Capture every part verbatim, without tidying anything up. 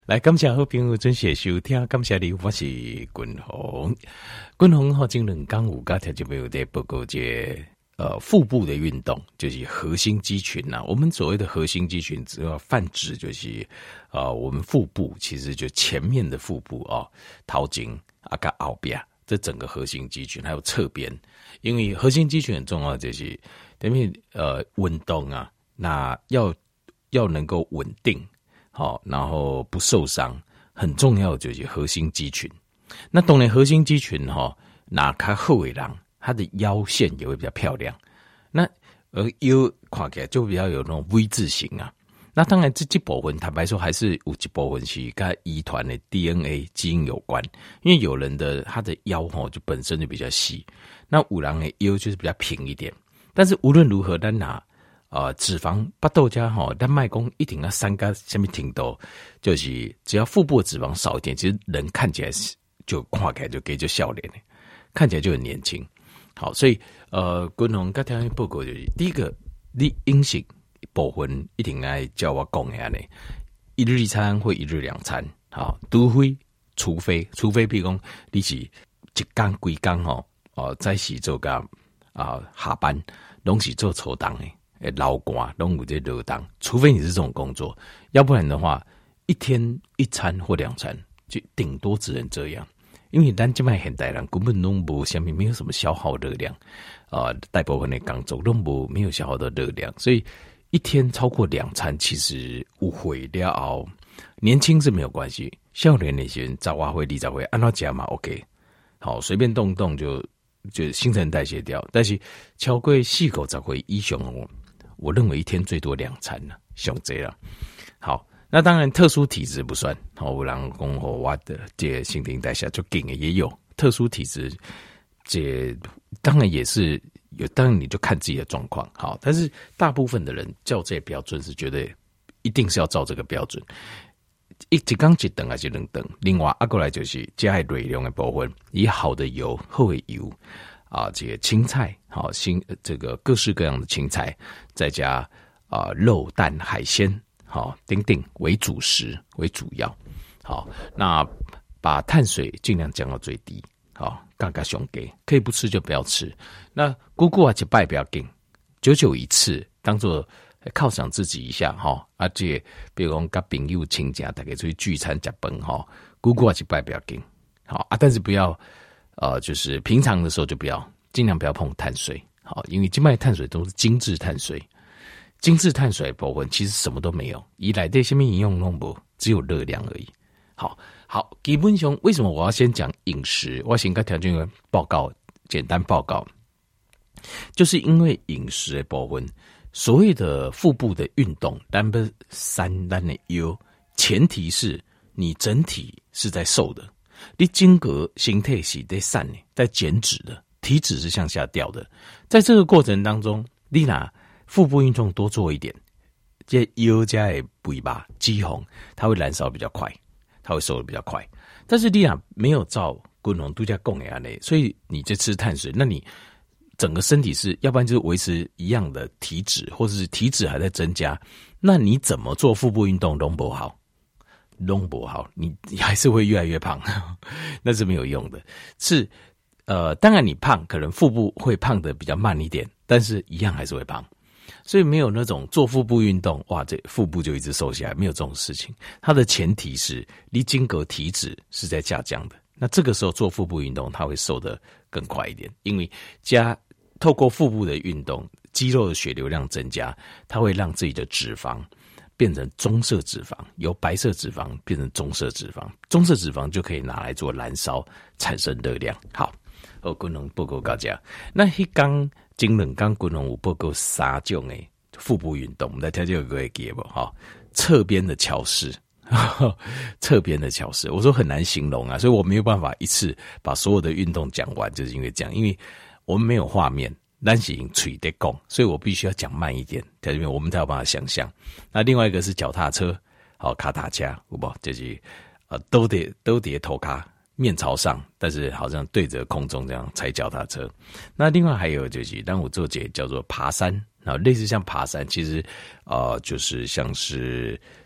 来，感谢好朋友准时收听，感谢你，我是君鸿。君鸿吼，今两天有甲听众朋友在报告这呃腹部的运动，就是核心肌群呐、啊。我们所谓的核心肌群，主要泛指就是呃我们腹部，其实就前面的腹部啊，头前啊跟后边这整个核心肌群，还有侧边。因为核心肌群很重要，就是等于呃运动啊，那要要能够稳定。好，然后不受伤，很重要的就是核心肌群。那当然，核心肌群哈，哪卡后尾狼，它的腰线也会比较漂亮。那而腰看起来就比较有那种 V 字形啊。那当然，这这部分坦白说，还是有一部分是跟遗传的 D N A 基因有关。因为有人的他的腰哈就本身就比较细，那有人的腰就是比较平一点。但是无论如何，咱拿呃，脂肪不豆家哈，但卖公一定要三个下面挺多，就是只要腹部的脂肪少一点，其实人看起来就看起来就给就笑脸，看起来就很年轻。好，所以呃，君鸿跟条件报告就是第一个，你饮食部分一定要叫我讲下呢，一日一餐或一日两餐，好，除非除非除非，比如讲你是一天几天吼，哦，早起做个啊下班，拢是做粗重的。诶，劳寒拢有这热当，除非你是这种工作，要不然的话，一天一餐或两餐，就顶多只能这样。因为咱这卖现代人根本拢无下面没有什么消耗热量，啊、呃，大部分的工作拢无没有消耗的热量，所以一天超过两餐其实误会了后，年轻是没有关系，少年那些人早晚会、立早会按照讲嘛 ，OK， 好，随便动动就就新陈代谢掉，但是超过四口才会以上哦。我认为一天最多两餐呢，上这了。好，那当然特殊体质不算。好，有人讲吼我的这新陈代谢就紧的也有特殊体质，这当然也是有，当然你就看自己的状况。好，但是大部分的人照这标准是觉得一定是要照这个标准，一一缸一等还是两等。另外啊过来就是加热量的部分，以好的油、好的油。啊，这个青菜，好、啊，新这个各式各样的青菜，再加啊肉、蛋、海鲜，好、啊，等等为主食为主要，好，那把碳水尽量降到最低，好，嘎嘎熊给，可以不吃就不要吃。那姑姑啊，就拜不要紧，久久一次，当做犒赏自己一下哈。而且比如讲跟朋友亲家，大家出去聚餐吃饭哈，姑姑啊就拜不要紧，好啊，但是不要。呃，就是平常的时候就不要，尽量不要碰碳水，好，因为今麦碳水都是精致碳水，精致碳水部分其实什么都没有，以来对下面营养弄不只有热量而已。好，好，基本上为什么我要先讲饮食？我先跟条件员报告，简单报告，就是因为饮食的部分，所谓的腹部的运动，单不三单的优，前提是你整体是在瘦的。你整个形态是在散的，在减脂的，体脂是向下掉的。在这个过程当中，你拿腹部运动多做一点，这腰加的肥吧肌红，它会燃烧比较快，它会瘦的比较快。但是你拿没有照均衡度假供的案例，所以你就吃碳水，那你整个身体是要不然就是维持一样的体脂，或者是体脂还在增加，那你怎么做腹部运动都不好。弄不好，你你还是会越来越胖，那是没有用的。是，呃，当然你胖，可能腹部会胖的比较慢一点，但是一样还是会胖。所以没有那种做腹部运动，哇，这腹部就一直瘦下来，没有这种事情。它的前提是你经隔体脂是在下降的，那这个时候做腹部运动，它会瘦得更快一点，因为加透过腹部的运动，肌肉的血流量增加，它会让自己的脂肪。变成棕色脂肪，由白色脂肪变成棕色脂肪，棕色脂肪就可以拿来做燃烧，产生热量。好，我均衡报告大家。那一刚今两刚均衡有报告三种诶腹部运动，我们来听这个会记不？哈，侧边的桥式，侧边的桥式，我说很难形容啊，所以我没有办法一次把所有的运动讲完，就是因为这样，因为我们没有画面。咱是用嘴在讲，所以我必须要讲慢一点，在这边我们才有办法想象。那另外一个是脚踏车，好卡塔车，有不？就是呃都得都得头卡面朝上，但是好像对着空中这样踩脚踏车。那另外还有就是，当我做节叫做爬山，然后类似像爬山，其实呃就是像是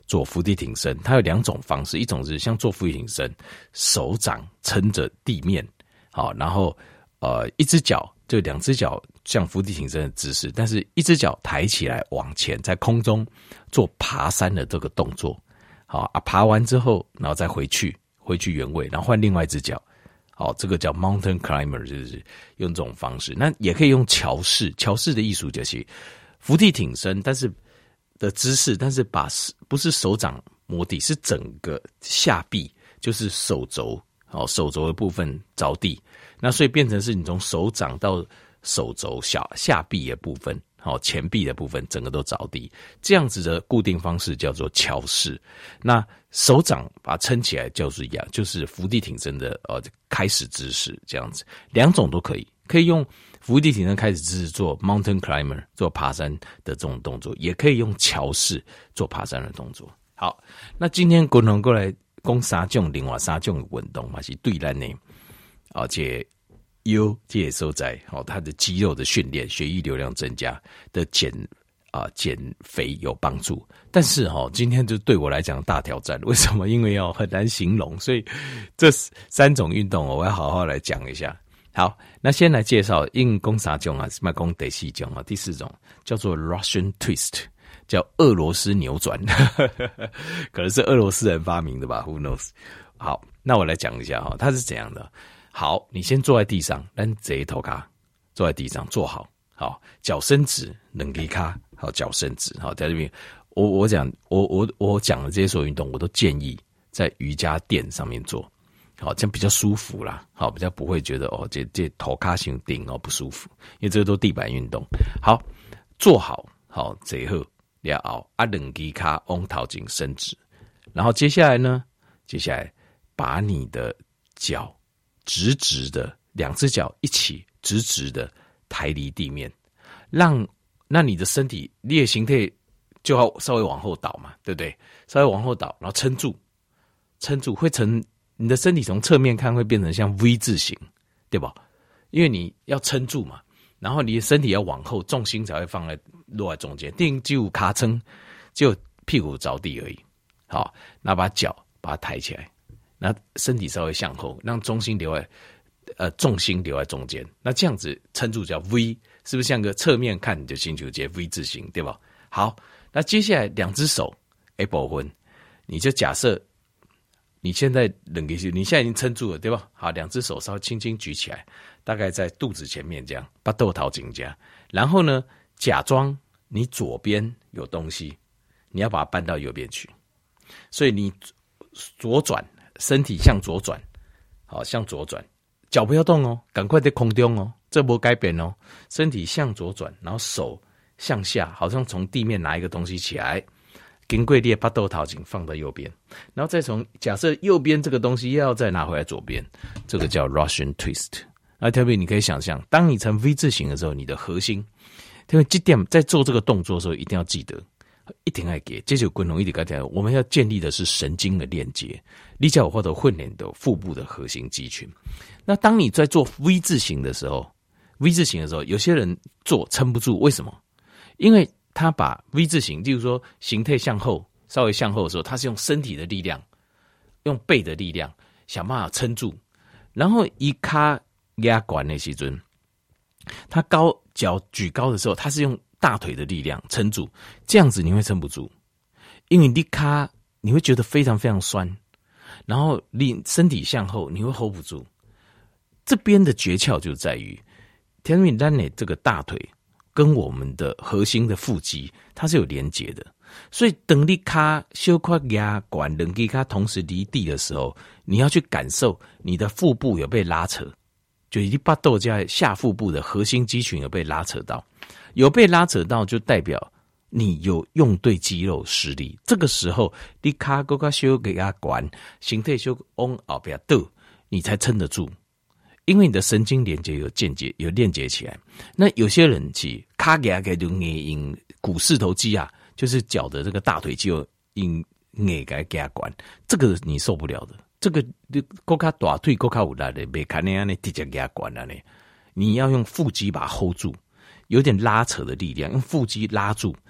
做伏地挺身，它有两种方式，一种是像做伏地挺身，手掌撑着地面，好，然后呃一只脚就两只脚像伏地挺身的姿势，但是一只脚抬起来往前，在空中做爬山的这个动作，好啊，爬完之后，然后再回去回去原位，然后换另外一只脚，好，这个叫 mountain climber， 就是用这种方式。那也可以用桥式，桥式的艺术就是伏地挺身，但是的姿势，但是把不是手掌摸地，是整个下臂，就是手肘，哦，手肘的部分着地，那所以变成是你从手掌到手肘小下臂的部分，哦，前臂的部分整个都着地，这样子的固定方式叫做桥式。那手掌把它撑起来叫做呀，就是伏地挺身的呃开始姿势，这样子，两种都可以，可以用伏地挺身开始姿势做 mountain climber 做爬山的这种动作，也可以用桥式做爬山的动作。好，那今天共同过来讲三种另外三种运动嘛，是对咱的而且有这些所在，好，它的肌肉的训练、血液流量增加的减啊、呃、减肥有帮助。但是哈、哦，今天就对我来讲大挑战，为什么？因为哦很难形容，所以这三种运动我要好好来讲一下。好，那先来介绍应公三种啊，什么公第四种啊？第四种叫做 Russian Twist， 叫俄罗斯扭转，可能是俄罗斯人发明的吧 ？Who knows？ 好，那我来讲一下哈，它是怎样的。好，你先坐在地上，咱坐头卡，坐在地上坐好，好，脚伸直，两只脚，好，脚伸直，好，在这边，我我讲，我我我讲的这些所有运动，我都建议在瑜伽垫上面做。好，这样比较舒服啦，好，比较不会觉得哦，这这头卡型顶哦不舒服，因为这个都地板运动。好，坐好，好，坐好，了后啊，两只脚往头前伸直，然后接下来呢，接下来把你的脚直直的，两只脚一起直直的抬离地面，让那你的身体，你的形态就要稍微往后倒嘛，对不对？稍微往后倒，然后撑住，撑住会成。你的身体从侧面看会变成像 V 字形，对吧？因为你要撑住嘛，然后你的身体要往后，重心才会放在落在中间。定只有卡撑，只有屁股着地而已。好，那把脚把它抬起来，那身体稍微向后，让重心留在呃重心留在中间。那这样子撑住叫 V， 是不是像个侧面看你就星球节 V 字形，对吧？好，那接下来两只手一部分，你就假设。你现在冷给你现在已经撑住了，对吧？好，两只手稍微轻轻举起来，大概在肚子前面这样，把豆桃紧夹。然后呢，假装你左边有东西，你要把它搬到右边去。所以你左转，身体向左转，好，向左转，脚不要动哦，赶快在空中哦，这不改变哦，身体向左转，然后手向下，好像从地面拿一个东西起来。经过你的巴豆桃颈放到右边，然后再从假设右边这个东西又要再拿回来左边，这个叫 Russian Twist。那特别你可以想象，当你成 V 字形的时候，你的核心，因为这点在做这个动作的时候一定要记得，一定要给。这就滚龙一点刚才我们要建立的是神经的链接，你叫我或者训练的腹部的核心肌群。那当你在做 V 字形的时候 ，V 字形的时候，有些人做撑不住，为什么？因为他把 V 字形，例如说形态向后，稍微向后的时候，他是用身体的力量，用背的力量想办法撑住，然后一卡压管的时阵，他高脚举高的时候，他是用大腿的力量撑住，这样子你会撑不住，因为你卡你会觉得非常非常酸，然后你身体向后，你会 hold 不住。这边的诀窍就在于，天命丹内这个大腿。跟我们的核心的腹肌，它是有连结的，所以等你卡小块压管两只脚同时离地的时候，你要去感受你的腹部有被拉扯，就你把豆加下腹部的核心肌群有被拉扯到，有被拉扯到就代表你有用对肌肉实力。这个时候你卡够卡小个压管，形态小往后边倒，你才撑得住。因为你的神经连接有间接有链接起来，那有些人去卡给给就硬股四头肌啊，就是脚的这个大腿肌肉硬硬给给管，这个你受不了的。这个够卡大腿够卡有力的，别看那样的直接给管了呢。你要用腹肌把它 hold 住，有点拉扯的力量，用腹肌拉住，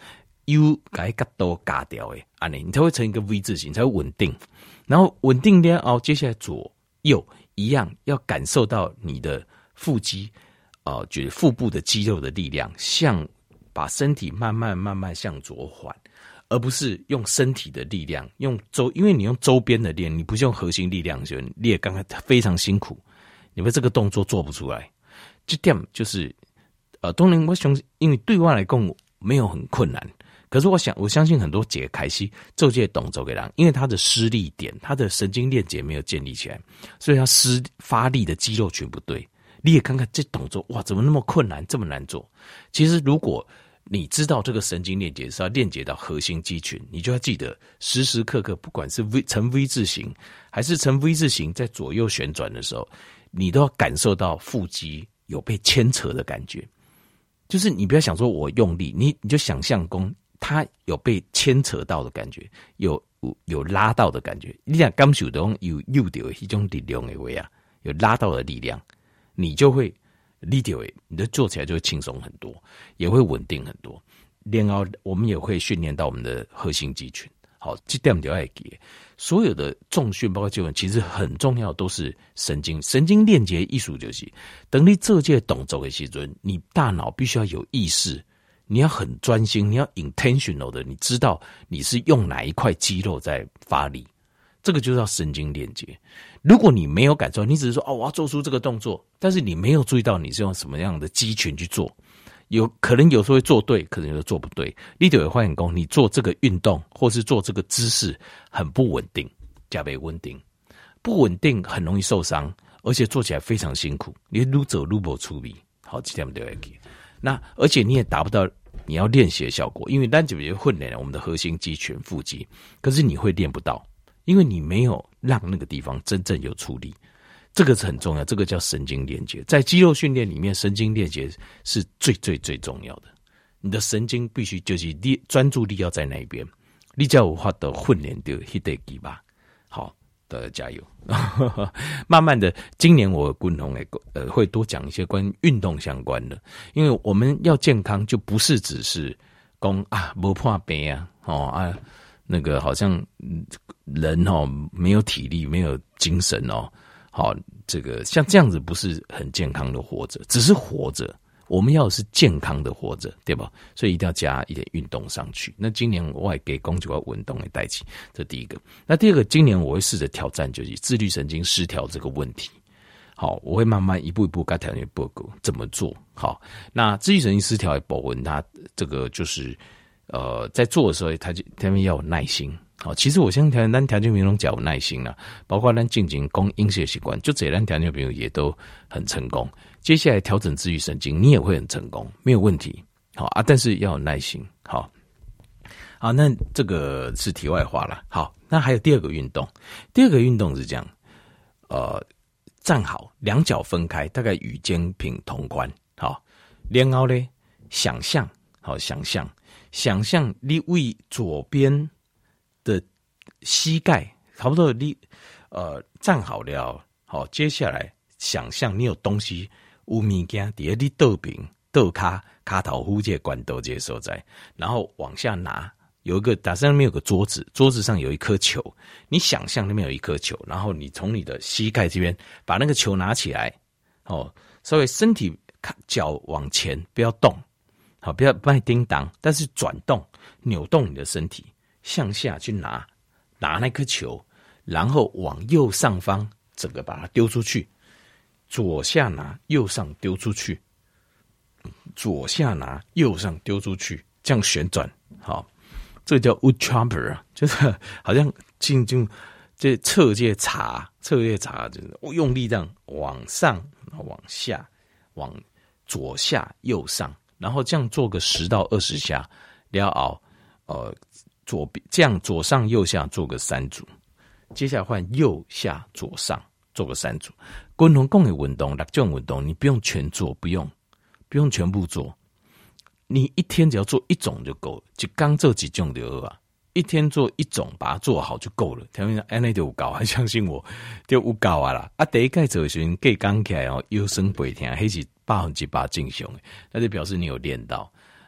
U 改角度嘎掉诶，啊你才会成一个 V 字形，才会稳定。然后稳定了后，接下来左右一样，要感受到你的腹肌，呃，就是腹部的肌肉的力量，向把身体慢慢慢慢向左缓，而不是用身体的力量，用周，因为你用周边的练，你不是用核心力量，就练刚刚非常辛苦，你们这个动作做不出来。这点就是，呃，当然我相信，因为对我来讲没有很困难。可是我想，我相信很多解开西做这些动作给人，因为他的施力点，他的神经链结没有建立起来，所以他施发力的肌肉群不对。你也看看这动作，哇，怎么那么困难，这么难做？其实如果你知道这个神经链结是要链接到核心肌群，你就要记得时时刻刻，不管是 V 呈 V 字形，还是呈 V 字形在左右旋转的时候，你都要感受到腹肌有被牵扯的感觉。就是你不要想说我用力，你你就想象功。它有被牵扯到的感觉，有有拉到的感觉。你想感受到有有到一种力量的位啊，有拉到的力量，你就会力到的，你的做起来就会轻松很多，也会稳定很多。然后我们也会训练到我们的核心肌群。好，这点就要记。所有的重训包括肌肉，其实很重要，都是神经神经链接艺术，就是等你做这些动作的时候，你大脑必须要有意识。你要很专心，你要 intentional 的，你知道你是用哪一块肌肉在发力，这个就叫神经链接。如果你没有感受，你只是说哦，我要做出这个动作，但是你没有注意到你是用什么样的肌群去做，有可能有时候会做对，可能有时候做不对。你就会发现你做这个运动或是做这个姿势很不稳定，加倍稳定，不稳定很容易受伤，而且做起来非常辛苦，你愈走愈不出力。好，这点就要记。那而且你也达不到你要练习的效果，因为单只会训练我们的核心肌群、腹肌，可是你会练不到，因为你没有让那个地方真正有出力，这个是很重要，这个叫神经链接。在肌肉训练里面，神经链接是最最最重要的。你的神经必须就是力专注力要在那边，你才有法的训练到那个肌吧。好。的加油！慢慢的，今年我共同诶呃会多讲一些关于运动相关的，因为我们要健康，就不是只是讲啊没破病啊哦啊那个好像人哦没有体力没有精神哦，好、哦、这个像这样子不是很健康的活着，只是活着。我们要的是健康的活着，对吧？所以一定要加一点运动上去。那今年我也给公主要运动来带起，这第一个。那第二个，今年我会试着挑战就是自律神经失调这个问题。好，我会慢慢一步一步跟条件报告怎么做。好，那自律神经失调的保温，它这个就是呃在做的时候，他就他们要有耐心。好，其实我相信条件咱条件朋友讲有耐心啦，包括咱进行讲饮食习惯，就这咱条件朋友也都很成功。接下来调整自律神经，你也会很成功，没有问题。好啊，但是要有耐心。好，好，那这个是题外话了。好，那还有第二个运动，第二个运动是这样，呃，站好，两脚分开，大概与肩平同宽。好，然后呢，想象，好，想象，想象你为左边的膝盖，差不多你呃站好了，好，接下来想象你有东西。有物件伫咧你倒平倒卡卡头呼这管道这所在，然后往下拿，有一个打上面有个桌子，桌子上有一颗球，你想象那边有一颗球，然后你从你的膝盖这边把那个球拿起来，哦，稍微身体脚往前，不要动，好，不要不要叮当，但是转动扭动你的身体向下去拿拿那颗球，然后往右上方整个把它丢出去。左下拿，右上丢出去，左下拿，右上丢出去，这样旋转，好，这个叫 wood chopper 啊，就是好像进进这侧界茶，侧界茶就是用力这样往上，往下，往左下右上，然后这样做个十到二十下，然后呃左这样左上右下做个三组，接下来换右下左上。做个三组，共同共的运动，六种运动，你不用全做，不用，不用全部做，你一天只要做一种就够了，就刚做几种就好啊，一天做一种，把它做好就够了。条件安内就有够，还相信我，就有够啊啦！啊，第一盖做的时候，计讲起来哦，腰酸背痛，还是百分之百正常的，那就表示你有练到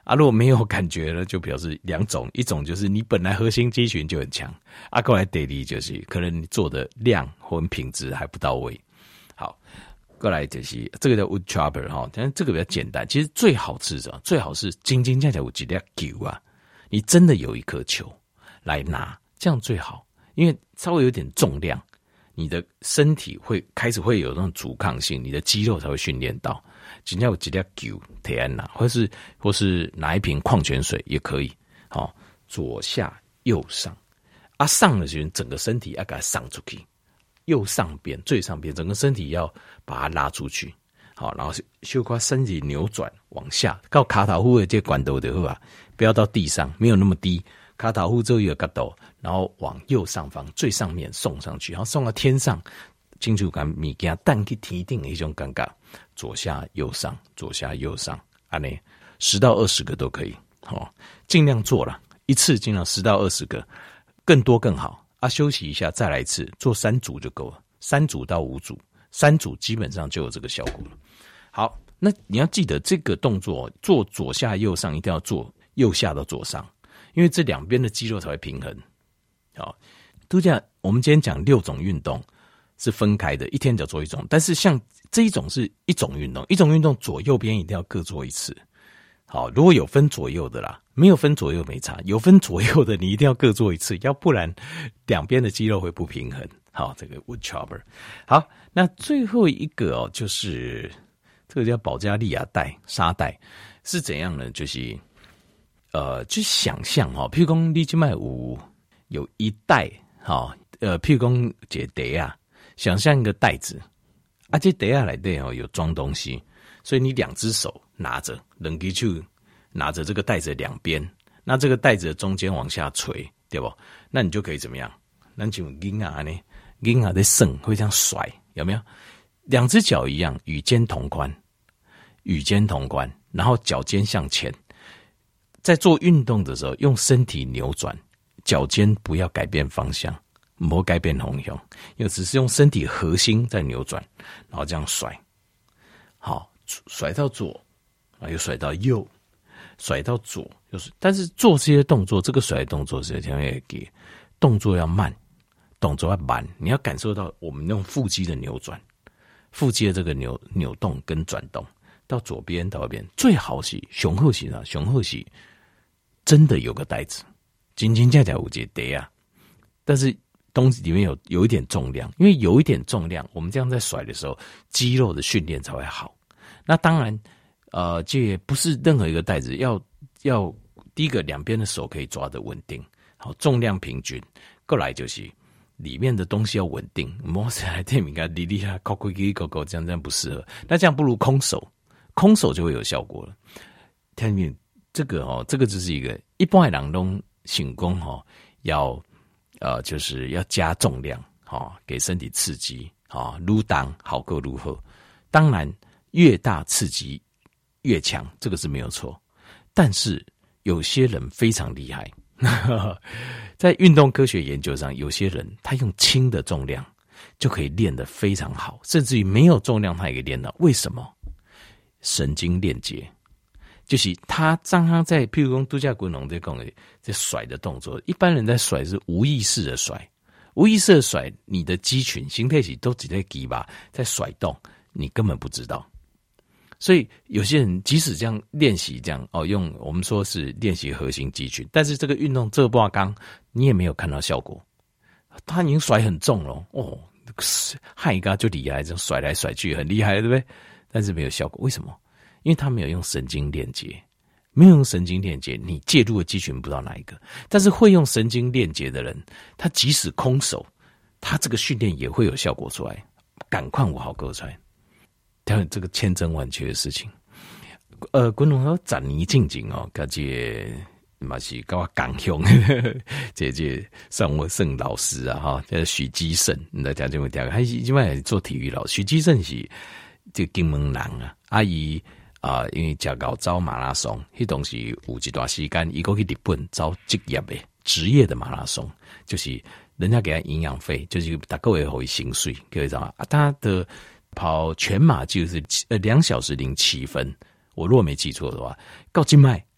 啊，如果没有感觉了，就表示两种，一种就是你本来核心肌群就很强，啊，过来得力就是可能你做的量或品质还不到位。好，过来就是这个叫 wood chopper 哈，但是这个比较简单。其实最好是什么？最好是真真正正有一粒球啊，你真的有一颗球来拿，这样最好，因为稍微有点重量，你的身体会开始会有那种阻抗性，你的肌肉才会训练到。真正有一粒球提安拿，或是或是拿一瓶矿泉水也可以。好，左下右上，啊上的时候整个身体要给它上出去，右上边最上边整个身体要把它拉出去。好，然后修夸身体扭转往下，到卡塔夫的这管头的话，不要到地上，没有那么低。卡塔夫这一个角度，然后往右上方最上面送上去，然后送到天上。清楚感物件弹去天顶的一种感觉，左下右上，左下右上，安尼十到二十个都可以，哦，尽量做了一次，尽量十到二十个，更多更好啊。休息一下，再来一次，做三组就够了，三组到五组，三组基本上就有这个效果了。好，那你要记得这个动作做左下右上一定要做右下到左上，因为这两边的肌肉才会平衡。好，都这样，我们今天讲六种运动。是分开的，一天只做一种，但是像这一种是一种运动，一种运动左右边一定要各做一次。好，如果有分左右的啦，没有分左右没差，有分左右的你一定要各做一次，要不然两边的肌肉会不平衡。好，这个 wood chopper。好，那最后一个哦，就是这个叫保加利亚带沙带是怎样呢？就是呃，去想象哈、哦，譬如说你这卖有有一袋哈、哦，呃，譬如说这袋啊。想象一个袋子，啊，这袋啊里面哦有装东西，所以你两只手拿着，两只手拿着这个袋子的两边，那这个袋子的中间往下垂，对不？那你就可以怎么样？那就婴儿呢，婴儿的绳会这样甩，有没有？两只脚一样，与肩同宽，与肩同宽，然后脚尖向前，在做运动的时候，用身体扭转，脚尖不要改变方向。不要改变方向，因为只是用身体核心在扭转，然后这样甩，好，甩到左，又甩到右，甩到左，又是，但是做这些动作，这个甩的动作是要给动作要慢，动作要慢，你要感受到我们用腹肌的扭转，腹肌的这个扭扭动跟转动，到左边到右边，最好是雄厚型啊，雄厚型真的有个袋子，真真正正有这袋啊，但是。东西里面有有一点重量，因为有一点重量，我们这样在甩的时候，肌肉的训练才会好。那当然，呃，这不是任何一个袋子，要要第一个两边的手可以抓得稳定，好，重量平均。过来就是里面的东西要稳定，摸起来太敏感，离离啊，搞搞搞搞搞，这样这样不适合。那这样不如空手，空手就会有效果了。听明这个哦，这个只是一个一般的人都醒功哦，要。呃，就是要加重量，哦，给身体刺激，哦，撸当好过如何？当然，越大刺激越强，这个是没有错。但是有些人非常厉害，在运动科学研究上，有些人他用轻的重量就可以练得非常好，甚至于没有重量他也可以练到。为什么？神经链接。就是他刚刚在，譬如说度假滚龙在讲的在甩的动作，一般人在甩是无意识的甩，无意识的甩，你的肌群、形态体都只在肌吧，在甩动，你根本不知道。所以有些人即使这样练习，这样哦，用我们说是练习核心肌群，但是这个运动这不刚，你也没有看到效果。他已经甩很重了哦，汉一个就厉害，这样甩来甩去很厉害，对不对？但是没有效果，为什么？因为他没有用神经链接，没有用神经链接，你介入的肌群不知道哪一个。但是会用神经链接的人，他即使空手，他这个训练也会有效果出来。赶快我好够出来，他这个千真万确的事情。呃，滚龙要展泥静静哦，感觉嘛是跟我讲凶，这这上我盛老师啊哈，叫许基胜，你来讲这么讲，还是基本上做体育老师。许基胜是这金门人啊，阿姨。啊、呃，因为食高走马拉松，迄东西有一段时间，伊过去日本走职业的职业的马拉松，就是人家给他营养费，就是大个月会薪水，各位知道吗？啊，他的跑全马就是呃两小时零七分，我如果没记错的话，到今麦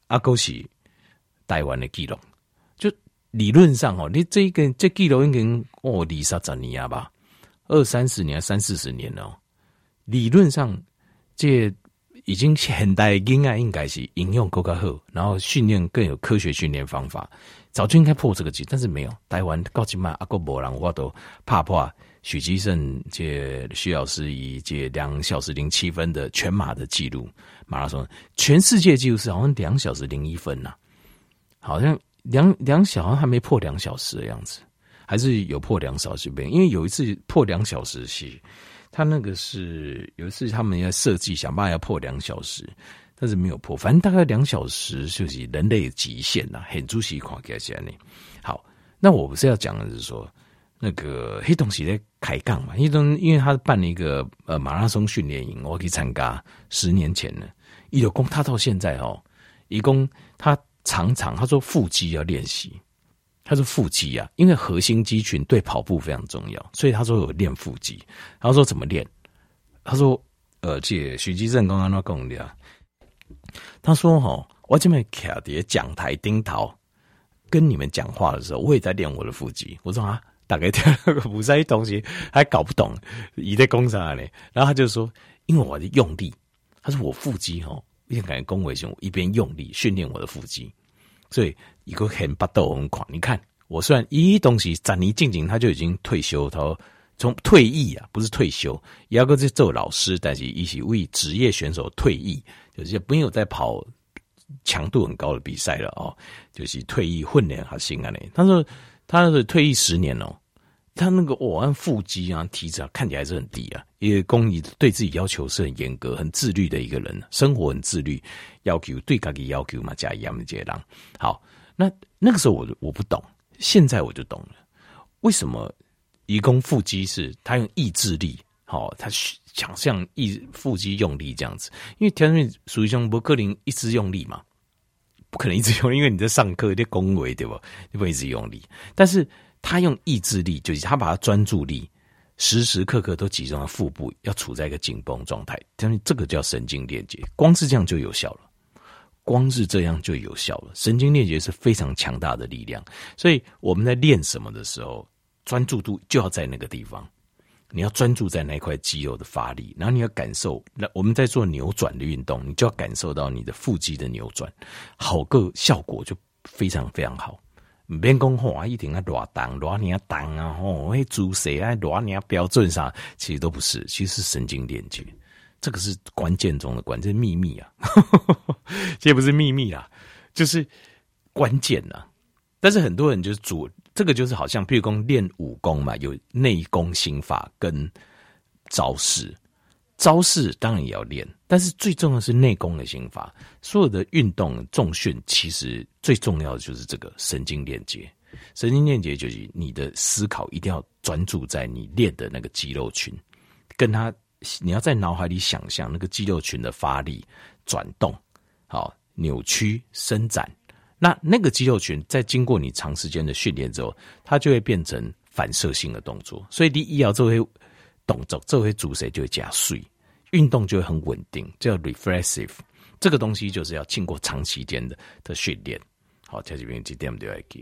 阿勾是台湾的记录，就理论上哦，你这个这记录已经哦二三十年啊吧，二三十年、三四十年了、哦，理论上这已经现代婴儿应该是应用更加好，然后训练更有科学训练方法，早就应该破这个记，但是没有。台湾到今嘛，阿个没人我都怕怕。许基胜这徐老师以这两小时零七分的全马的记录，马拉松全世界纪录是好像两小时零一分呐、啊，好像两两小时还没破两小时的样子，还是有破两小时边，因为有一次破两小时是，他那个是有一次他们要设计想办法要破两小时，但是没有破，反正大概两小时就是人类的极限呐、啊，很主席看起来呢。好，那我不是要讲的是说。那个黑东西在开杠嘛，黑东因为他办了一个呃马拉松训练营，我可以参加。十年前了，一有功他到现在哦，一共他常常他说腹肌要练习，他说腹肌啊，因为核心肌群对跑步非常重要，所以他说有练腹肌。他说怎么练？他说呃，这许基正刚刚那讲的，他说哈、哦，我这边卡在讲台顶头跟你们讲话的时候，我也在练我的腹肌。我说啊。大概听那个不是东西还搞不懂，你在攻啥呢？然后他就说，因为我的用力，他说我腹肌哈，一边感觉恭维胸，一边用力训练我的腹肌，所以一个很巴豆很狂。你看我虽然一东西展尼静静他就已经退休，他从退役啊，不是退休，也要个是做老师，但是一起为职业选手退役，就是没有在跑强度很高的比赛了哦，就是退役训练还行啊呢。他说。他是退役十年哦，他那个哦，按腹肌啊、体脂啊，看起来是很低啊。因为公益对自己要求是很严格、很自律的一个人，生活很自律，要求对自己要求嘛，加一样的这样。好，那那个时候我我不懂，现在我就懂了，为什么移工腹肌是他用意志力，好、哦，他想象意腹肌用力这样子，因为条件属于像伯克林一直用力嘛。不可能一直用力，因为你在上课在恭维，对不？你不会一直用力。但是他用意志力，就是他把他专注力时时刻刻都集中在腹部，要处在一个紧绷状态。这个叫神经链接，光是这样就有效了。光是这样就有效了。神经链接是非常强大的力量，所以我们在练什么的时候，专注度就要在那个地方。你要专注在那块肌肉的发力，然后你要感受，那我们在做扭转的运动，你就要感受到你的腹肌的扭转，好个效果就非常非常好。别讲吼啊，一定要偌重偌尔重啊，吼，迄姿势啊偌尔标准啥，其实都不是，其实是神经链接，这个是关键中的关键，秘密啊，这不是秘密啊，就是关键啊。但是很多人就是主。这个就是好像，譬如说练武功嘛，有内功心法跟招式，招式当然也要练，但是最重要的是内功的心法。所有的运动重训，其实最重要的就是这个神经链接。神经链接就是你的思考一定要专注在你练的那个肌肉群，跟他你要在脑海里想象那个肌肉群的发力、转动、好扭曲、伸展。那那个肌肉群在经过你长时间的训练之后，它就会变成反射性的动作，所以你以后做些动作，做些姿势就会加水，运动就会很稳定，叫 reflexive。这个东西就是要经过长期间的的训练。好，在这边几点就要记。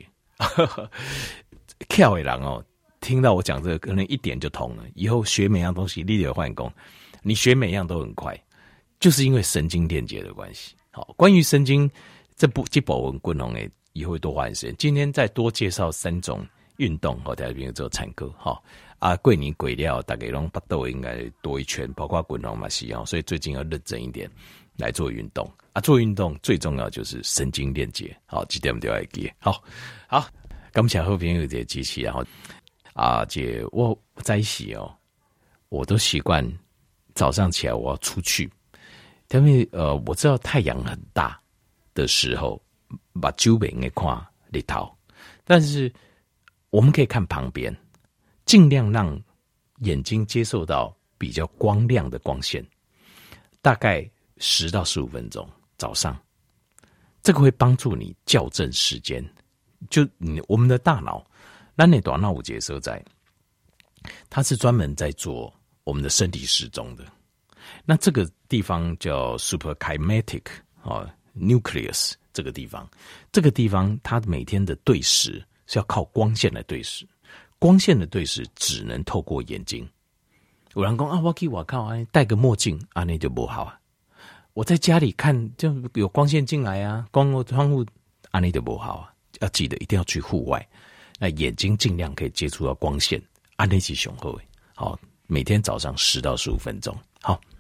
跳的人哦，听到我讲这个，可能一点就通了。以后学每样东西，立刻换工，你学每样都很快，就是因为神经链接的关系。好，关于神经。这部这部文滚龙诶，以后会多花点时间。今天再多介绍三种运动，好，在这边做参考哈。啊，过年过了，大概拢巴豆应该多一圈，包括滚龙嘛是哦，所以最近要认真一点来做运动啊。做运动最重要就是神经链接，好，几点就要记。好，好，感谢好朋友的支持啊。啊，这我在一起哦，我都习惯早上起来我要出去，因为呃，我知道太阳很大。的时候，把周围给看日头，但是我们可以看旁边，尽量让眼睛接受到比较光亮的光线，大概十到十五分钟早上，这个会帮助你校正时间。就你我们的大脑，那那大脑有节所在，它是专门在做我们的身体时钟的。那这个地方叫 suprachiasmatic 啊。nucleus 这个地方，这个地方它每天的对时是要靠光线来对时，光线的对时只能透过眼睛。有人说啊，我去我靠，哎，戴个墨镜啊，那就不好啊。我在家里看就有光线进来啊，光过窗户啊，那就不好啊。要记得一定要去户外，那眼睛尽量可以接触到光线，啊，那是上好的。好，每天早上十到十五分钟，好。